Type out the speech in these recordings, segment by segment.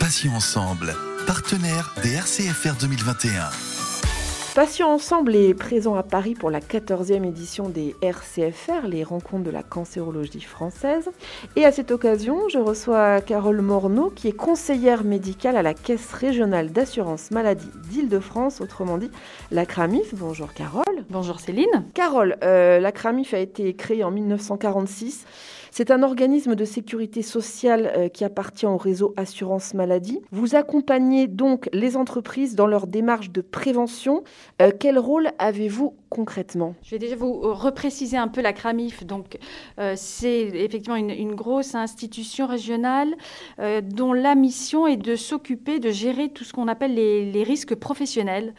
Passions ensemble, partenaire des RCFR 2021. Passions ensemble est présent à Paris pour la 14e édition des RCFR, les rencontres de la cancérologie française. Et à cette occasion, je reçois Carole Morneau, qui est conseillère médicale à la Caisse régionale d'assurance maladie d'Île-de-France, autrement dit la CRAMIF. Bonjour Carole. Bonjour Céline. Carole, la CRAMIF a été créée en 1946. C'est un organisme de sécurité sociale qui appartient au réseau Assurance Maladie. Vous accompagnez donc les entreprises dans leur démarche de prévention. Quel rôle avez-vous concrètement ? Je vais déjà vous repréciser un peu la CRAMIF. Donc, c'est effectivement une grosse institution régionale dont la mission est de s'occuper, de gérer tout ce qu'on appelle les risques professionnels.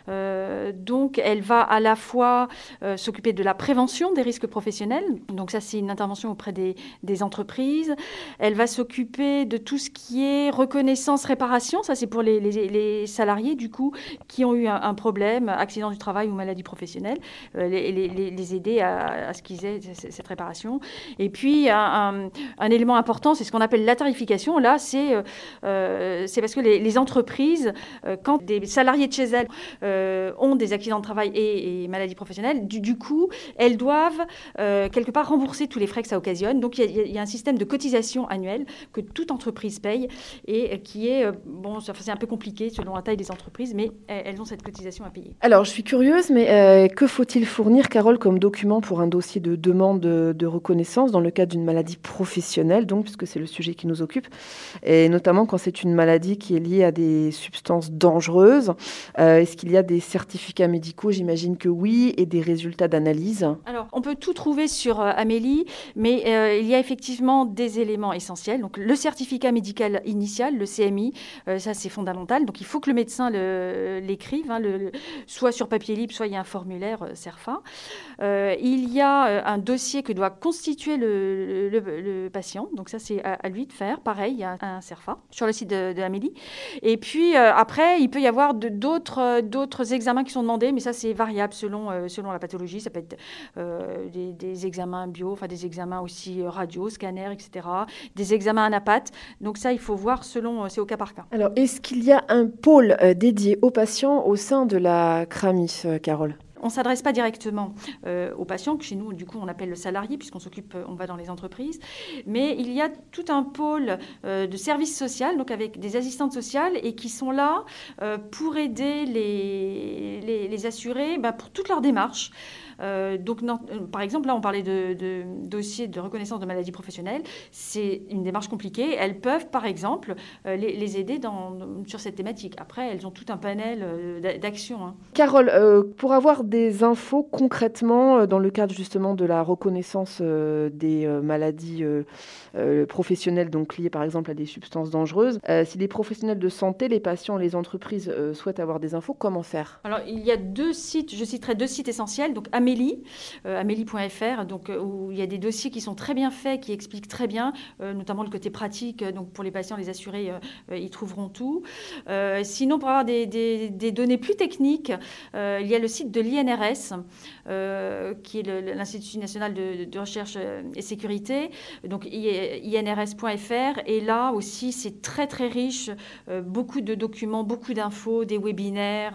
Donc, elle va à la fois s'occuper de la prévention des risques professionnels. Donc, ça, c'est une intervention auprès des entreprises. Elle va s'occuper de tout ce qui est reconnaissance, réparation. Ça, c'est pour les salariés, du coup, qui ont eu un problème, accident du travail ou maladie professionnelle. Les aider à ce qu'ils aient cette réparation. Et puis, un élément important, c'est ce qu'on appelle la tarification. Là, c'est parce que les entreprises, quand des salariés de chez elles ont des accidents de travail et maladies professionnelles, du coup, elles doivent quelque part rembourser tous les frais que ça occasionne. Donc, il y a un système de cotisation annuelle que toute entreprise paye et qui est, c'est un peu compliqué selon la taille des entreprises, mais elles ont cette cotisation à payer. Alors, je suis curieuse, mais que faut-il fournir, Carole, comme document pour un dossier de demande de reconnaissance dans le cadre d'une maladie professionnelle, donc, puisque c'est le sujet qui nous occupe, et notamment quand c'est une maladie qui est liée à des substances dangereuses. Est-ce qu'il y a des certificats médicaux ? J'imagine que oui, et des résultats d'analyse. Alors, on peut tout trouver sur Amélie, mais il y a effectivement des éléments essentiels. Donc, le certificat médical initial, le CMI, ça c'est fondamental. Donc, il faut que le médecin l'écrive, soit sur papier libre, soit il y a un formulaire CERFA. Il y a un dossier que doit constituer le patient. Donc, ça c'est à lui de faire. Pareil, il y a un CERFA sur le site de Amélie. Et puis, après, il peut y avoir d'autres examens qui sont demandés, mais ça c'est variable selon la pathologie. Ça peut être des examens bio, enfin des examens aussi radio, scanner, etc. Des examens anapathes. Donc ça, il faut voir c'est au cas par cas. Alors, est-ce qu'il y a un pôle dédié aux patients au sein de la CRAMIF, Carole ? On ne s'adresse pas directement aux patients, que chez nous, du coup, on appelle le salarié, on va dans les entreprises. Mais il y a tout un pôle de services social, donc avec des assistantes sociales, et qui sont là pour aider les assurés pour toute leur démarche. Par exemple, là, on parlait de dossiers de reconnaissance de maladies professionnelles. C'est une démarche compliquée. Elles peuvent, par exemple, les aider sur cette thématique. Après, elles ont tout un panel d'actions. Carole, pour avoir des infos concrètement dans le cadre justement de la reconnaissance des maladies professionnelles, donc liées par exemple à des substances dangereuses, si les professionnels de santé, les patients, les entreprises souhaitent avoir des infos, comment faire ? Alors, il y a deux sites, je citerai deux sites essentiels. Donc, Amélie.fr, où il y a des dossiers qui sont très bien faits, qui expliquent très bien, notamment le côté pratique. Donc, pour les patients, les assurés, ils trouveront tout. Sinon, pour avoir des données plus techniques, il y a le site de l'INRS, qui est l'Institut national de recherche et sécurité, donc inrs.fr. Et là aussi, c'est très, très riche, beaucoup de documents, beaucoup d'infos, des webinaires.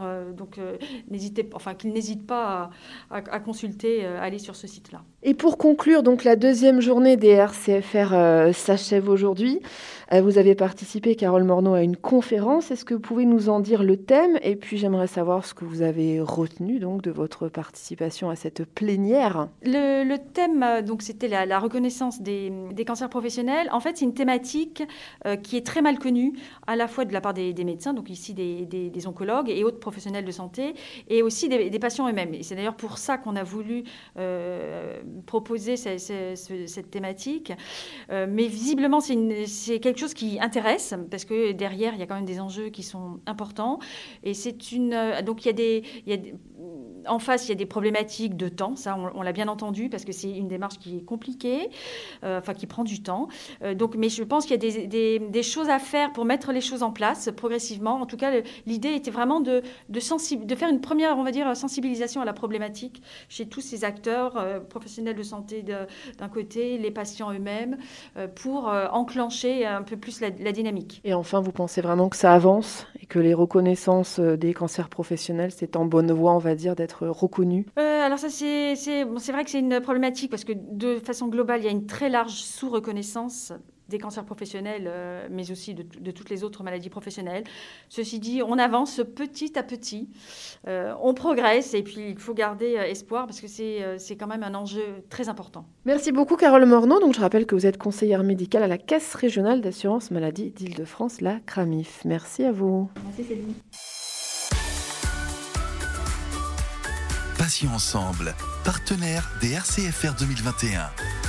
Qu'ils n'hésitent pas à consulter, aller sur ce site-là. Et pour conclure, donc la deuxième journée des RCFR s'achève aujourd'hui. Vous avez participé, Carole Morneau, à une conférence. Est-ce que vous pouvez nous en dire le thème ? Et puis j'aimerais savoir ce que vous avez retenu donc de votre participation à cette plénière. Le thème, donc, c'était la reconnaissance des cancers professionnels. En fait, c'est une thématique qui est très mal connue, à la fois de la part des médecins, donc ici des oncologues et autres professionnels de santé, et aussi des patients eux-mêmes. Et c'est d'ailleurs pour ça qu'on a voulu proposer cette thématique. Mais visiblement, c'est quelque chose qui intéresse, parce que derrière, il y a quand même des enjeux qui sont importants. Et donc, en face, il y a des problématiques de temps. Ça, on l'a bien entendu, parce que c'est une démarche qui est compliquée, qui prend du temps. Mais je pense qu'il y a des choses à faire pour mettre les choses en place progressivement. En tout cas, l'idée était vraiment de faire une première, on va dire, sensibilisation à la problématique chez tous ces acteurs professionnels professionnels de santé d'un côté, les patients eux-mêmes, pour enclencher un peu plus la dynamique. Et enfin, vous pensez vraiment que ça avance et que les reconnaissances des cancers professionnels, c'est en bonne voie, on va dire, d'être reconnus? Alors ça, c'est vrai que c'est une problématique parce que de façon globale, il y a une très large sous-reconnaissance des cancers professionnels, mais aussi de toutes les autres maladies professionnelles. Ceci dit, on avance petit à petit, on progresse et puis il faut garder espoir parce que c'est quand même un enjeu très important. Merci beaucoup Carole Morneau. Donc, je rappelle que vous êtes conseillère médicale à la Caisse régionale d'assurance maladie d'Île-de-France, la CRAMIF. Merci à vous. Merci Céline. Patients ensemble, partenaire des RCFR 2021.